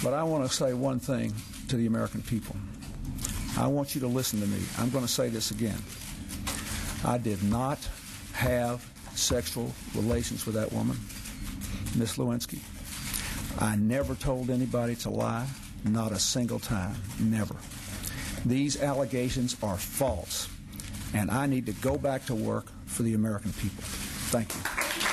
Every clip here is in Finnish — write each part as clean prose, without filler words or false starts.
But I want to say one thing to the American people. I want you to listen to me. I'm going to say this again. I did not have sexual relations with that woman, Miss Lewinsky. I never told anybody to lie, not a single time, never. These allegations are false, and I need to go back to work for the American people. Thank you.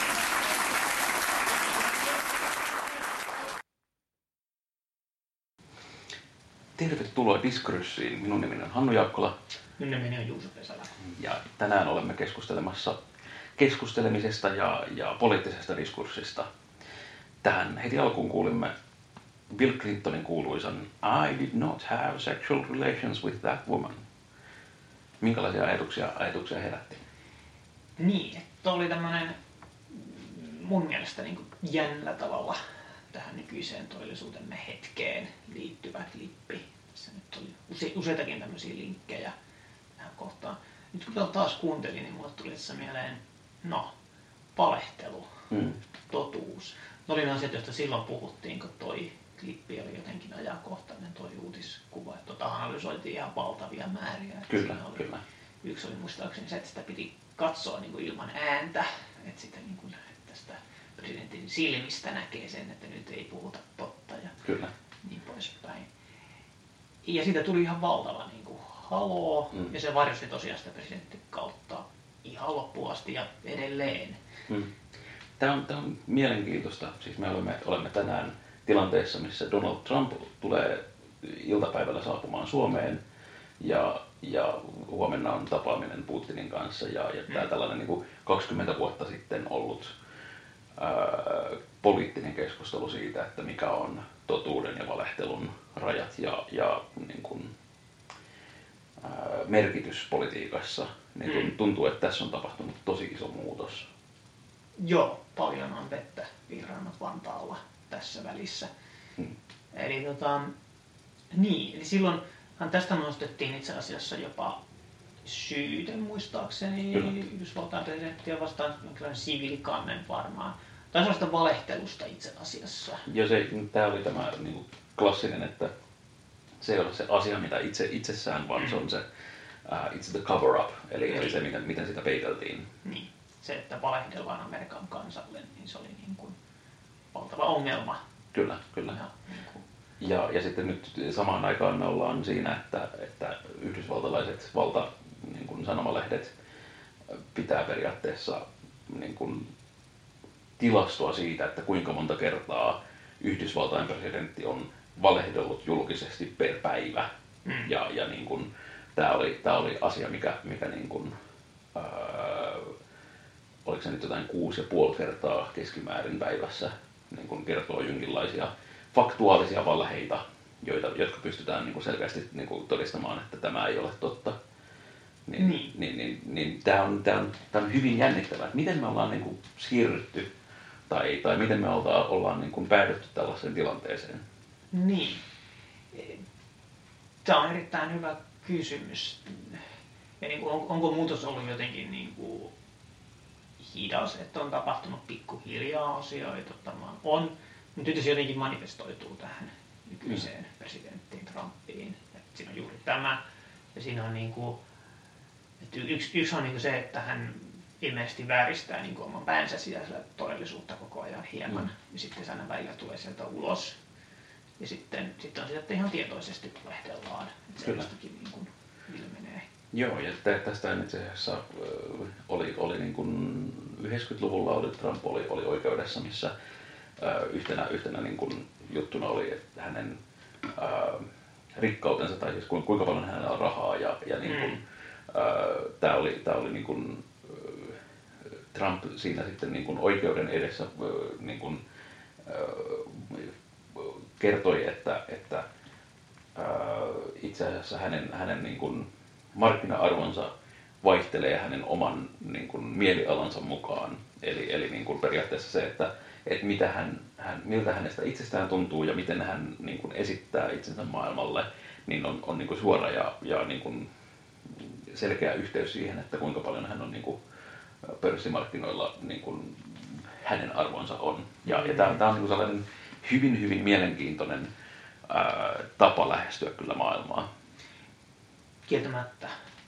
Tervetuloa Diskurssiin. Minun nimeni on Hannu Jaakkola. Minun nimeni on Juuso Pesälä. Ja tänään olemme keskustelemassa keskustelemisesta ja poliittisesta diskurssista. Tähän heti alkuun kuulimme Bill Clintonin kuuluisan I did not have sexual relations with that woman. Minkälaisia ajatuksia herätti? Niin, että oli tämmöinen mun mielestä niin kuin jännällä tavalla tähän nykyiseen todellisuutemme hetkeen liittyvä klippi. Tässä nyt oli useitakin tämmöisiä linkkejä tähän kohtaan. Nyt kun taas kuuntelin, niin mulle tuli tässä mieleen, valehtelu, totuus. Ne oli ne asiat, joista silloin puhuttiin, kun toi klippi oli jotenkin ajankohtainen, toi uutiskuva. Analysoitiin ihan valtavia määriä. Kyllä. Yksi oli muistaakseni se, että sitä piti katsoa niin kuin ilman ääntä, että sitä niin kuin, että tästä presidentin silmistä näkee sen, että nyt ei puhuta totta ja niin poispäin. Ja siitä tuli ihan valtava niin kuin haloo, ja se varjosti tosiaan sitä presidentin kautta ihan loppuun asti ja edelleen. Tämä on mielenkiintoista. Siis me olemme tänään tilanteessa, missä Donald Trump tulee iltapäivällä saapumaan Suomeen ja huomenna on tapaaminen Putinin kanssa ja tämä tällainen niin kuin 20 vuotta sitten ollut poliittinen keskustelu siitä, että mikä on totuuden ja valehtelun rajat ja niin kuin, merkitys politiikassa, niin tuntuu, että tässä on tapahtunut tosi iso muutos. Joo, paljon on vettä virrannut Vantaalla tässä välissä. Eli eli silloinhan tästä nostettiin itse asiassa jopa syyte muistaakseni Yhdysvaltain presidenttiä vastaan, jonkinlainen siviilikannen varmaan. Tai sellaista valehtelusta itse asiassa. Ja tämä oli tämä niin kuin klassinen, että se ei ole se asia, mitä itsessään, vaan se on se it's the cover up, eli se, miten sitä peiteltiin. Niin, se, että valehdellaan Amerikan kansalle, niin se oli niin kuin valtava ongelma. Kyllä. Ja sitten nyt samaan aikaan me ollaan siinä, että yhdysvaltalaiset niin kuin sanomalehdet pitää periaatteessa niin kuin tilastoa siitä, että kuinka monta kertaa Yhdysvaltain presidentti on valehdellut julkisesti per päivä. Ja niin kuin, tämä oli asia, mikä niin kuin, oliko se nyt jotain 6,5 kertaa keskimäärin päivässä niin kuin kertoo jonkinlaisia faktuaalisia valheita, jotka pystytään niin kuin selkeästi niin kuin todistamaan, että tämä ei ole totta. Niin tämä on hyvin jännittävää, että miten me ollaan niin kuin siirrytty tai miten me ollaan niin kuin päädytty tällaiseen tilanteeseen. Niin. Tämä on erittäin hyvä kysymys. Ja niin kuin, onko muutos ollut jotenkin niin kuin hidas, että on tapahtunut pikkuhiljaa asioita? On, mutta nyt se jotenkin manifestoituu tähän nykyiseen presidenttiin Trumpiin. Että siinä on juuri tämä. Ja siinä on niin kuin, että yksi on niin kuin se, että hän ilmeisesti vääristää niin kuin oman päänsä sisäisellä todellisuutta koko ajan hieman. Ja sitten se aina välillä tulee sieltä ulos. Ja sitten on sitä, että ihan tietoisesti valehdellaan. Että sellaistakin niin kuin ilmenee. Joo, ja tästä itse asiassa oli niin kuin 90-luvulla Trump oli oikeudessa, missä yhtenä niin kuin juttuna oli, että hänen rikkautensa, tai siis kuinka paljon hänellä on rahaa, ja niin kuin, tämä oli niin kuin, Trump siinä sitten niin kuin oikeuden edessä niin kuin, kertoi, että itse asiassa hänen niin kuin markkina-arvonsa vaihtelee hänen oman niin kuin mielialansa mukaan. Eli niin kuin periaatteessa se, että miltä hänestä itsestään tuntuu ja miten hän niin kuin esittää itsensä maailmalle, niin on niin kuin suora ja niin kuin selkeä yhteys siihen, että kuinka paljon hän on niin kuin pörssimarkkinoilla niin kuin hänen arvonsa on. Ja tämä on niin kuin sellainen hyvin, hyvin mielenkiintoinen tapa lähestyä kyllä maailmaa. Kieltämättä.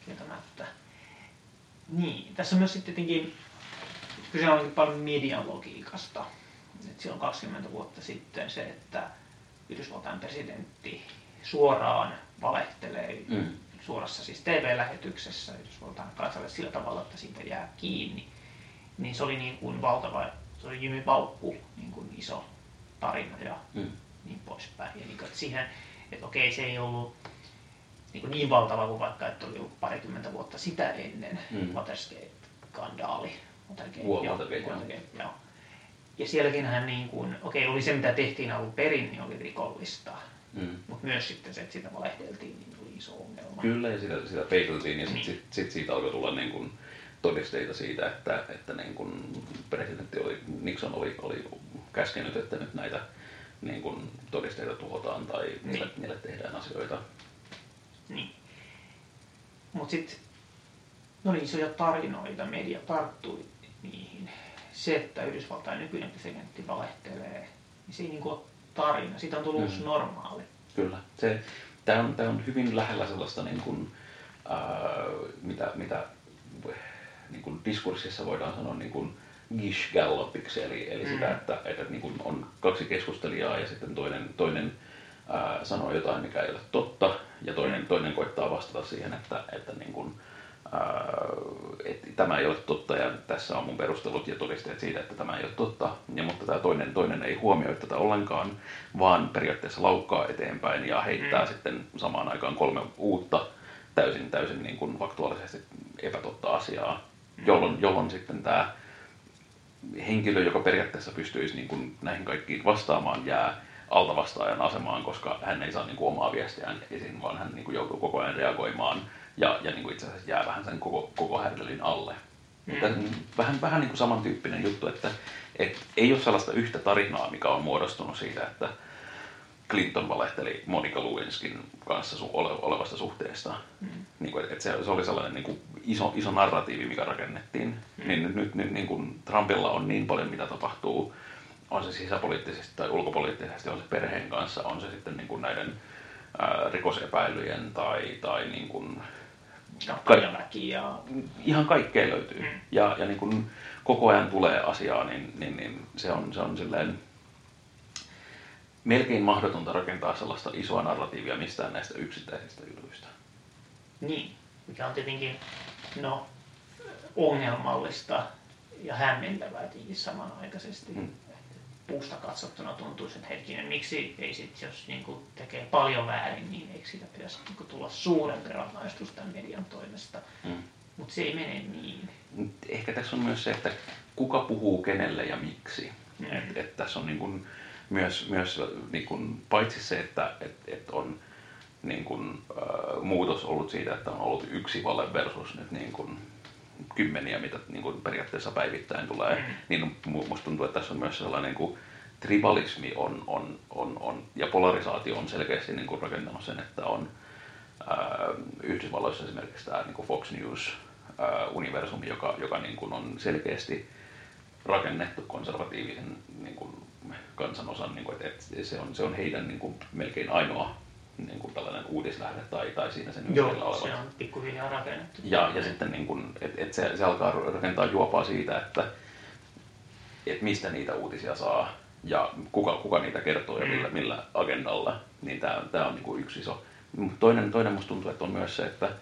Niin, tässä on myös sitten tietenkin kyse on paljon median logiikasta. Et silloin 20 vuotta sitten se, että Yhdysvaltain presidentti suoraan valehtelee suorassa siis TV-lähetyksessä Yhdysvaltain kansalle sillä tavalla, että siitä jää kiinni, niin se oli niin kuin valtava, se oli jymypaukku, niin kuin iso tarina ja niin poispäin. Ja niin kuin, että siihen, että okei, se ei ollut niin valtava kuin vaikka, että oli ollut parikymmentä vuotta sitä ennen Watergate-skandaali. Watergate, joo. Ja sielläkin hän niin kuin, okei, oli se mitä tehtiin alun perin, niin oli rikollista. Mutta myös sitten se, että sitä valehdeltiin, niin oli iso ongelma. Kyllä, ja sitä peiteltiin, ja sitten siitä alkoi tulla niin kuin todisteita siitä, että niin kuin presidentti Nixon oli käskenyt, että nyt näitä niin kuin todisteita tuhotaan tai niille tehdään asioita. Niin. Mutta sitten ne oli isoja tarinoita, media tarttui niihin. Se, että Yhdysvaltain nykyinen presidentti valehtelee, niin se ei niinku ole tarina. Siitä on tullut uusi normaali. Kyllä. Tämä on hyvin lähellä sellaista, niin kuin, mitä niin kuin diskurssissa voidaan sanoa niin kuin Gish-gallopiksi, eli sitä, että niin kuin on kaksi keskustelijaa ja sitten toinen sanoo jotain, mikä ei ole totta, ja toinen koittaa vastata siihen, että niin kuin, että tämä ei ole totta ja tässä on mun perustelut ja todisteet siitä, että tämä ei ole totta. Mutta tämä toinen ei huomioi tätä ollenkaan, vaan periaatteessa laukkaa eteenpäin ja heittää sitten samaan aikaan 3 uutta täysin niin kuin faktuaalisesti epätotta asiaa, jolloin sitten tämä henkilö, joka periaatteessa pystyisi niin kuin näihin kaikkiin vastaamaan, jää altavastaajan asemaan, koska hän ei saa niin kuin omaa viestiään esiin, vaan hän niin kuin joutuu koko ajan reagoimaan ja niin kuin itse asiassa jää vähän sen koko härdelin alle. Vähän niin kuin samantyyppinen juttu, että ei ole sellaista yhtä tarinaa, mikä on muodostunut siitä, että Clinton valehteli Monica Lewinskin kanssa olevasta suhteesta. Niin kuin, että se oli sellainen niin kuin iso narratiivi, mikä rakennettiin. Niin nyt niin kuin Trumpilla on niin paljon, mitä tapahtuu, on se sisäpoliittisesti tai ulkopoliittisesti, on se perheen kanssa, on se sitten niin kuin näiden rikosepäilyjen tai niin kuin ihan kaikkea löytyy. Ja niin kuin koko ajan tulee asiaa, niin se on silleen melkein mahdotonta rakentaa sellaista isoa narratiivia mistään näistä yksittäisistä jutuista. Niin, mikä on tietenkin ongelmallista ja hämmentävää tietenkin samanaikaisesti. Puusta katsottuna tuntuisi, että hetkinen, miksi ei sitten, jos niinku tekee paljon väärin, niin eikö siitä pitäisi niinku tulla suurempi rangaistus tämän median toimesta. Mutta se ei mene niin. Ehkä tässä on myös se, että kuka puhuu kenelle ja miksi. Et tässä on niin kuin myös niin kuin, paitsi se, että on niin kuin, muutos ollut siitä, että on ollut yksi vale versus nyt niin kuin kymmeniä, mitä niin kuin periaatteessa päivittäin tulee, niin musta tuntuu, että tässä on myös sellainen niin kuin tribalismi on ja polarisaatio on selkeästi niin kuin rakentanut sen, että on Yhdysvalloissa esimerkiksi tämä niin kuin Fox News-universumi, joka niin kuin on selkeästi rakennettu konservatiivisen niin kuin kansanosan, niin kuin, että se on heidän niin kuin melkein ainoa niin kuin tällainen uutislähde tai siinä sen ympärillä olevat. Se on pikkuhiljaa rakennettu. Ja sitten niin kuin, että se alkaa rakentaa juopaa siitä, että mistä niitä uutisia saa ja kuka niitä kertoo ja millä agendalla, niin tämä on niin kuin yksi iso. Toinen musta tuntuu, että on myös se, että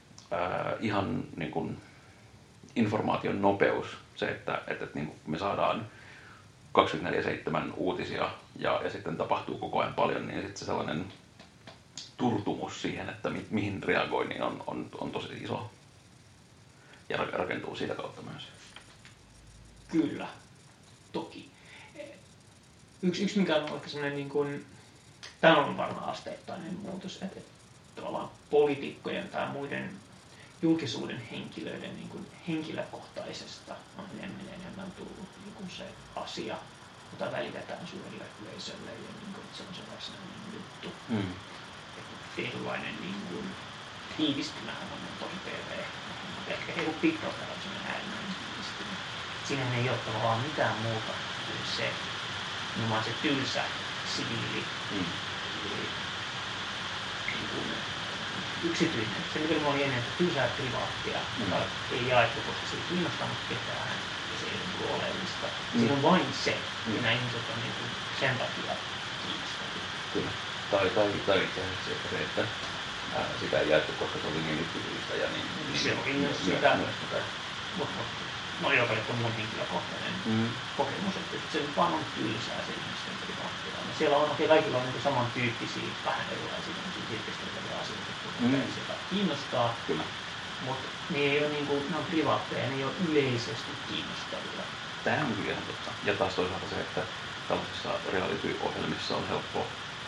ihan niin kuin informaation nopeus, se, että niin kuin me saadaan 24/7 uutisia ja sitten tapahtuu koko ajan paljon, niin sitten se sellainen turtumus siihen, että mihin reagoinnin on tosi iso ja rakentuu siitä kautta myös. Kyllä, toki. Yksi mikä on ehkä sellainen, niin kuin, tämä on varmaan asteittainen muutos, että tavallaan poliitikkojen tai muiden julkisuuden henkilöiden niin kuin henkilökohtaisesta on enemmän tullut niin kuin se asia, jota välitetään suurelle yleisölle ja niin kuin, se on se varsinainen juttu. Tietynlainen niin kuin tiivistymähän on tosi TV. Ehkä joku Big Brother on sellainen äärimmäinen tiivistymä. Siinä ei ole tavallaan mitään muuta kuin se tylsä siviili niin kuin yksityinen. Se mikä mulla oli ennen, että tylsää privaattia, joka ei jaettu, koska se ei kiinnostanut ketään ja se ei ole oleellista. Siinä on vain se, ja nämä ihmiset on niin kuin sen takia kiinnostavia. Kyllä. Tai itse asiassa se, että sitä ei jaettu, koska se oli niin yksityistä ja niin. Se oli myös sitä, mutta joka on mun henkilökohtainen kokemus, että se vaan on tylsää se ihmisten privaattilanne. Siellä on kaikilla on niin samantyyppisiä, vähän erilaisia tirkistelevia asioita, jotka kiinnostaa, mutta ne ei ole niin kuin, ne on privaatteja, ne ei ole yleisesti kiinnostavia. Tämä on kyllä ihan totta. Ja taas toisaalta se, että tällaisissa reality-ohjelmissa on helppo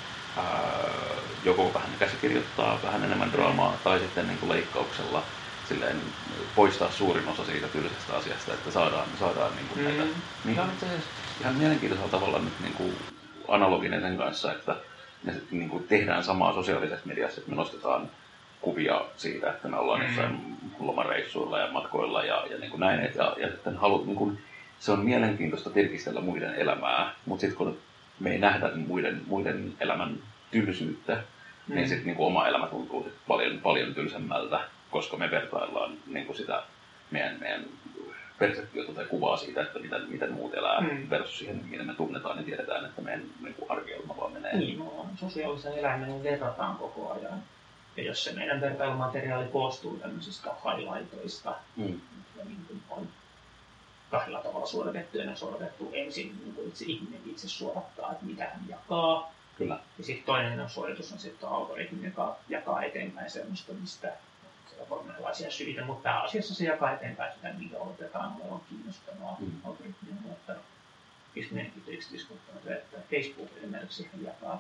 joko vähän käsikirjoittaa vähän enemmän draamaa tai sitten niin kuin leikkauksella silleen poistaa suurin osa siitä tylsästä asiasta, että saadaan niin kuin näitä, mikä on itse asiassa ihan mielenkiintoisella tavalla nyt niin kuin analoginen sen kanssa, että me niin kuin tehdään samaa sosiaalisessa mediassa, että me nostetaan kuvia siitä, että me ollaan jossain lomareissuilla ja matkoilla ja niin kuin näin, ja sitten niin kuin, se on mielenkiintoista tirkistellä muiden elämää, mutta sitten kun me ei nähdä muiden elämän tylsyyttä, niin sitten niin kuin oma elämä tuntuu sit paljon tylsemmältä, koska me vertaillaan niin kuin sitä meidän perseptiota tai kuvaa siitä, että miten muut elää versus siihen, miten me tunnetaan, niin tiedetään, että meidän niin kuin arkielämä vaan menee. Niin, sosiaalisen elämän verrataan koko ajan. Ja jos se meidän vertailumateriaali koostuu tämmöisistä highlightoista, ja niin kuin on kahdella tavalla suodatettu, ja suodatettu ensin niin kuin itse ihminen itse suodattaa, että mitä hän jakaa. Kyllä. Ja sitten toinen suoritus on sitten algoritmi, joka jakaa eteenpäin semmoista, mistä on monenlaisia syitä, mutta pääasiassa se jakaa eteenpäin sitä, mikä oletetaan olevan kiinnostavaa algoritmia. Mutta meidänkin yksityiskohtaisesti, että Facebook esimerkiksi jakaa,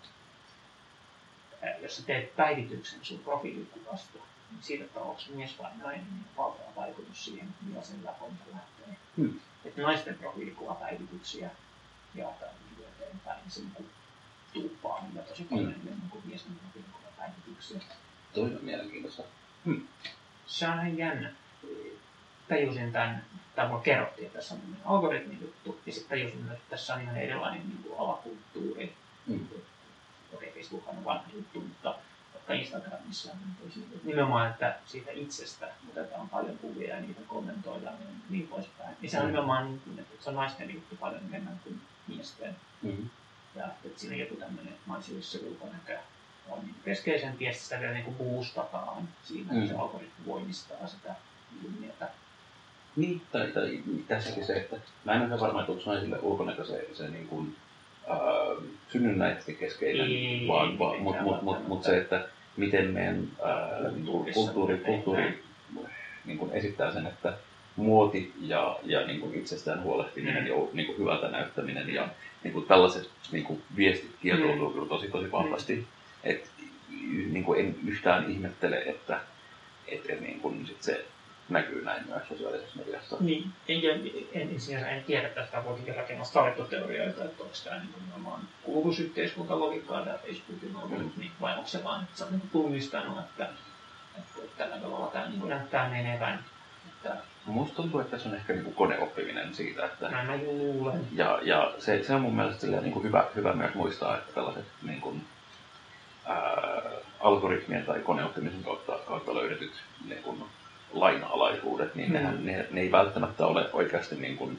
jos sä teet päivityksen sun profiilikuvasta, niin siitä, että onko mies vai nainen, niin valtava vaikutus siihen, millaisella ponta lähtee. Että naisten profiilikuvapäivityksiä jaetaan eteenpäin, se tuuppaa niillä tosi paljon enemmän kuin miesten profiilikuvapäivityksiä. Toi on mielenkiintoista. Se on ihan jännä. Tajusin tämän, tai mulla kerrottiin, että tässä on algoritmijuttu, ja sitten tajusin, että tässä on ihan erilainen niin kuin alakulttuuri. Okei, Facebook on vanha juttu, mutta vaikka Instagramissa on nimenomaan, että siitä itsestä otetaan paljon kuvia ja niitä kommentoidaan ja niin poispäin. Ja se on nimenomaan niin kuin, että se on naisten juttu paljon enemmän kuin miesten. Ja että siinä joku tämmöinen naisillissa ulkonäkö on niin keskeisempi, ja sitä vielä niin boostataan siinä, että se algoritmi voimistaa sitä ilmiötä. Niin, tai tässäkin se, että mä en ole varma, että onko naisille ulkonäkö se niin kuin, synnynnäisesti keskeinen, mutta se, että miten meidän kulttuuri niin kuin esittää sen, että muoti ja niin kuin itsestään huolehtiminen ja niin kuin hyvältä näyttäminen ja niin kuin tällaiset niin kuin viestit kietoutuu kyllä tosi vahvasti. Et, niin kuin en yhtään ihmettele, että niin kuin sit se näkyy näin myös sosiaalisessa mediassa. Niin, en tiedä tästä, voikin rakentaa saletoteorioita, että onko tämä nimenomaan kulutusyhteiskuntalogiikkaa tämä Facebookin algoritmi, vai onko se vaan, että se on niin tunnistanut, että tällä tavalla tämä niin näyttää menevän. Musta tuntuu, että tässä on ehkä niin kuin koneoppiminen siitä, että mä luulen. Ja se on mun mielestä niin kuin hyvä myös muistaa, että tällaiset niin kuin, algoritmien tai koneoppimisen kautta löydetyt niin kuin lainalaisuudet, niin ne ei välttämättä ole oikeasti niin kuin,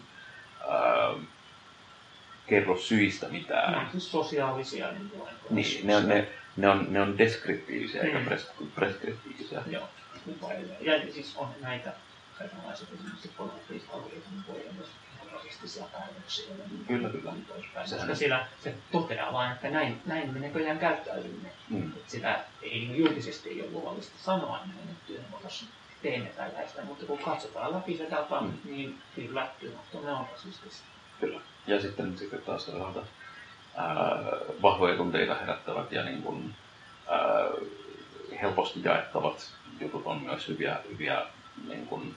kerro syistä mitään. Ne on siis sosiaalisia. Niin, ne on deskriptiivisiä eikä preskriptiivisiä. Joo. Ja siis on näitä kaikenlaisia esimerkiksi poliittisia algoritmia voi olla rasistisia päätöksiä. Kyllä. Koska siellä se toteaa vain, että näin me näköjään käyttäydymme. Sitä ei julkisesti ei ole luvallista sanoa näin, että työmuodossa teemme tällaista, mutta kun katsotaan läpi se data, niin kyllä ne on rasistisia. Kyllä. Ja sitten taas toisaalta vahvoja tunteita herättävät ja niin kuin, helposti jaettavat jutut on myös hyviä niin kuin,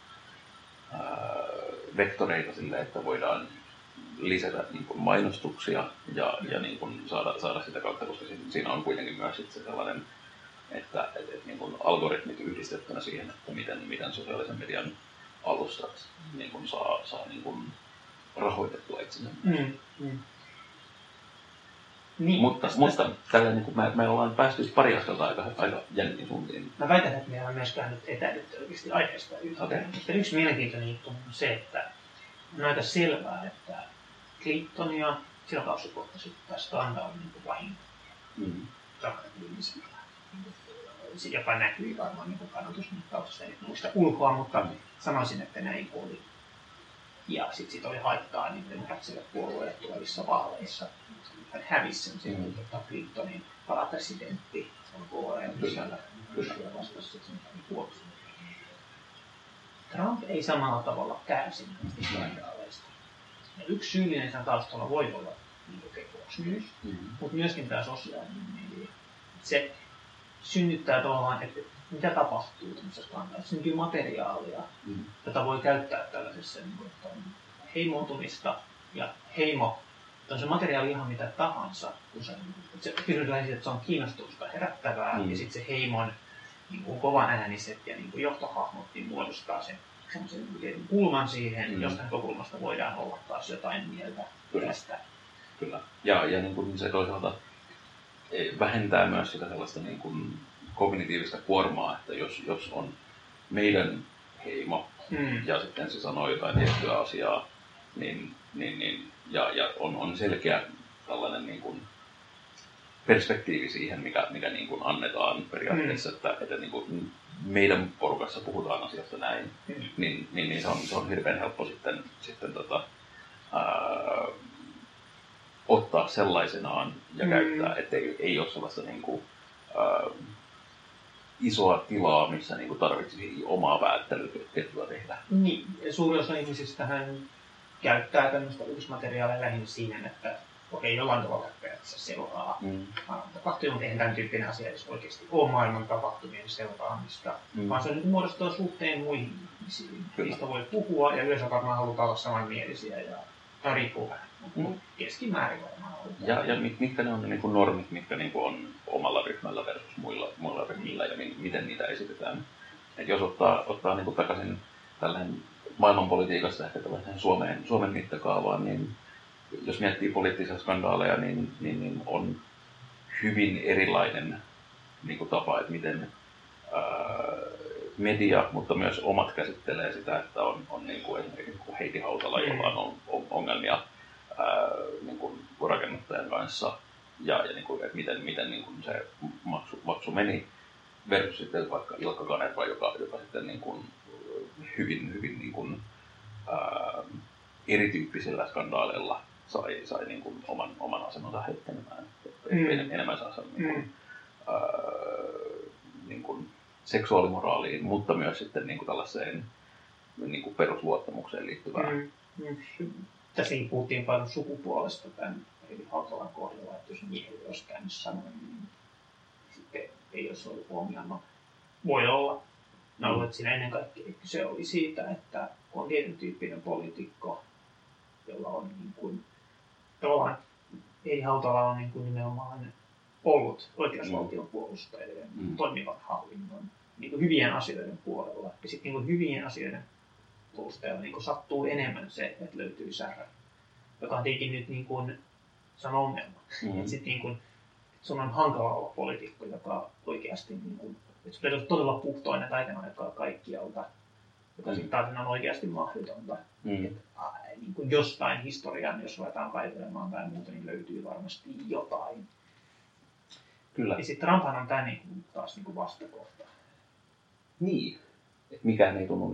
vektoreita sille, että voidaan lisätä niin kuin mainostuksia ja niin kuin saada sitä kautta, koska siinä on kuitenkin myös se sellainen, että niin kuin algoritmit yhdistettynä siihen, että miten sosiaalisen median alustat niin kuin saa niin kuin rahoitettua itsensä. Niin, mutta tällä niin me ollaan päästy pari askelta aika jänniin suuntiin. Mä väitän, että me ollaan myöskään nyt etäydytty oikeasti aiheesta yhtään. Okay. Mutta yksi mielenkiintoinen juttu on se, että on aika selvää, että Clintonia sillä kausipuolta tämä skandaali niin vahinko. Se jopa näkyi varmaan niin kannatusmittauksessa, en muista ulkoa, mutta sanoisin, että näin oli. Ja sitten siitä oli haittaa niin demokraattiselle puolueelle tulevissa vaaleissa. Hän hävisi sen silloin, Clintonin varapresidentti on puolueen sisällä vastasi sen puolusta. Trump ei samalla tavalla kärsi näistä skandaaleista. Yksi syyllinen sen taustalla voi olla Fox News, mutta myöskin tämä sosiaalinen media. Se synnyttää tavallaan, että mitä tapahtuu tämmöisessä skandaalissa. Syntyy materiaalia, jota voi käyttää tällaisessa heimoontumista ja heimo. On se materiaali ihan mitä tahansa, kun se kysymys että se on kiinnostusta herättävää ja sitten se heimon niin kovan ääniset ja niin johtohahmot niin muodostaa sen semmoisen kulman siihen, josta näkökulmasta voidaan olla taas jotain mieltä tästä. Kyllä. Ja niin kuin se toisaalta vähentää myös sitä sellaista niin kuin kognitiivista kuormaa, että jos on meidän heimo ja sitten se sanoo jotain tiettyä asiaa, niin on selkeä tällainen niin kuin perspektiivi siihen, mikä niin kuin annetaan periaatteessa, että niin kuin meidän porukassa puhutaan asiasta näin, niin se on hirveän helppo sitten ottaa sellaisenaan ja käyttää, että ei ole sellaista niin kuin, isoa tilaa, missä niin kuin tarvitsisi omaa päättelytettyä tehdä. Niin, suuri osa ihmisistä hän käyttää tämmöistä uutismateriaalia lähinnä siihen, että jollain tavalla periaatteessa seuraa tapahtumia, mutta eihän tämän tyyppinen asia edes oikeasti ole maailman tapahtumien seuraamista, vaan se muodostaa suhteen muihin ihmisiin. Niistä voi puhua ja yleensä varmaan halutaan olla samanmielisiä ja tämä riippuu vähän keskimäärin varmaan. Ja mitkä ne on ne niin kuin normit, mitkä niin kuin on omalla ryhmällä versus muilla ryhmillä ja miten niitä esitetään. Et jos ottaa niin kuin takaisin tällainen maailmanpolitiikasta ehkä tällaisen Suomen mittakaavaan, niin jos miettii poliittisia skandaaleja, niin on hyvin erilainen niin kuin tapa, että miten media, mutta myös omat käsittelee sitä, että on niin kuin esimerkiksi Heidi Hautala, jolla on ongelmia niin kuin rakennuttajan kanssa ja niin kuin, että miten niin kuin se maksu meni versus sitten vaikka Ilkka Kanerva, joka sitten niin kuin hyvin niin kuin, erityyppisillä skandaaleilla sai niin kuin oman asemansa heikkenemään. Enemmän saa niin kuin seksuaalimoraaliin, mutta myös sitten niin kuin tällaiseen niin kuin perusluottamukseen liittyvää. Tässä puhuttiin paljon sukupuolesta tämän Heidi Hautalan kohdalla, että jos miehelle olisi käynyt sanoa, niin sitten ei olisi ollut ongelma. Voi olla. Mä luulen, että siinä ennen kaikkea kyse oli siitä, että on tietyn tyyppinen poliitikko, jolla on niin kuin, tavallaan Heidi Hautala on niin kuin nimenomaan ollut oikeusvaltion puolustajien toimivan hallinnon niin kuin hyvien asioiden puolella. Ja sitten niin hyvien asioiden puolustajalla niin kuin sattuu enemmän se, että löytyy särä, joka on tietenkin nyt niin kuin, se on ongelma. Sitten niin kuin, sun on hankala olla poliitikko, joka oikeasti niin kuin, että sun pitäisi todella puhtoinen kaiken aikaa kaikkialta, joka sitten taas on oikeasti mahdotonta. Niin kuin jostain historian, jos ruvetaan kaivelemaan tai muuta, niin löytyy varmasti jotain. Kyllä. Ja sitten Trumphan on tämä niin taas niin vastakohta. Niin. Että mikään ei tunnu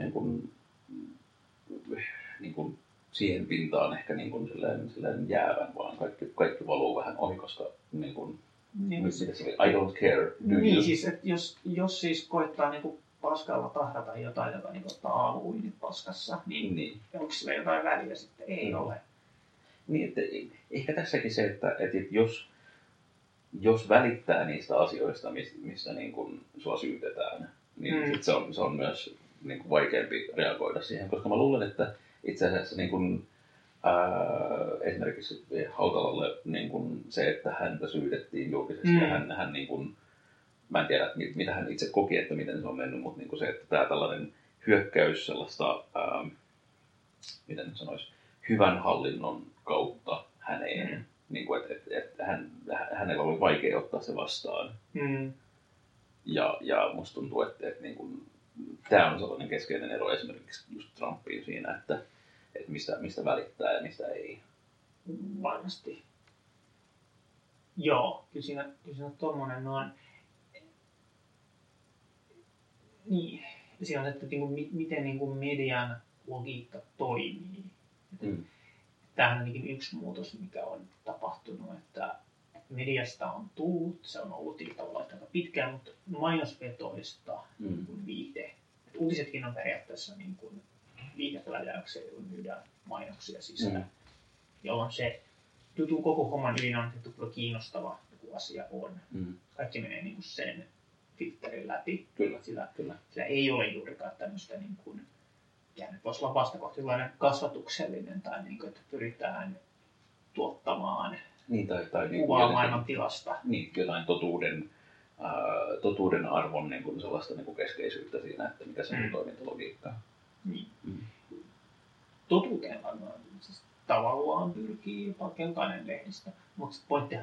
niin kuin siihen pintaan ehkä niin kuin silleen jäävän, vaan kaikki valuu vähän ohi, koska niin kuin, I don't care, do you? Niin, siis, että jos siis koettaa niin kuin paskalla tahrata jotain, joka niin ottaa aamuuinit paskassa, niin onko sillä jotain väliä sitten? Ei ole. Niin, että ehkä tässäkin se, että jos välittää niistä asioista, missä niin kuin sua syytetään, niin sit se on myös niin kuin vaikeampi reagoida siihen, koska mä luulen, että itse asiassa niin kuin, esimerkiksi Hautalalle niin kuin se, että häntä syytettiin julkisesti ja hän niin kuin, mä en tiedä, mitä hän itse koki, että miten se on mennyt, mutta niin kuin se, että tämä tällainen hyökkäys sellaista, miten nyt sanoisi, hyvän hallinnon kautta häneen, niin kuin, että hänellä oli vaikea ottaa se vastaan. Mm. Ja musta tuntuu, että niin kuin, tämä on sellainen keskeinen ero esimerkiksi just Trumpiin siinä, että mistä välittää ja mistä ei. Varmasti. Joo, kyllä siinä tommonen noin. Niin, siinä on, että miten niin kuin median logiikka toimii. Tämähän on ainakin yksi muutos, mikä on tapahtunut, että mediasta on tullut, se on ollut tavallaan aika pitkään, mutta mainosvetoista viihde. Et uutisetkin on periaatteessa niin kuin viihdepläjäyksiä, joilla myydään mainoksia sisään. Jolloin se tuntuu koko homman ydin on, että kuinka kiinnostava joku asia on. Kaikki menee niin kuin sen filterin läpi. Kyllä. Sillä ei ole juurikaan tämmöistä, niin kuin, ja nyt voisi olla vastakohtilainen kasvatuksellinen, tai niin kuin, että pyritään tuottamaan niin, tai kuvaa maailman tilasta. Niin, jotain totuuden arvon niin kuin sellaista niin kuin keskeisyyttä siinä, että mikä se on toimintalogiikka. Niin. Totuuteen varmaan siis tavallaan pyrkii jopa keltainen lehdistä, mutta pointtihan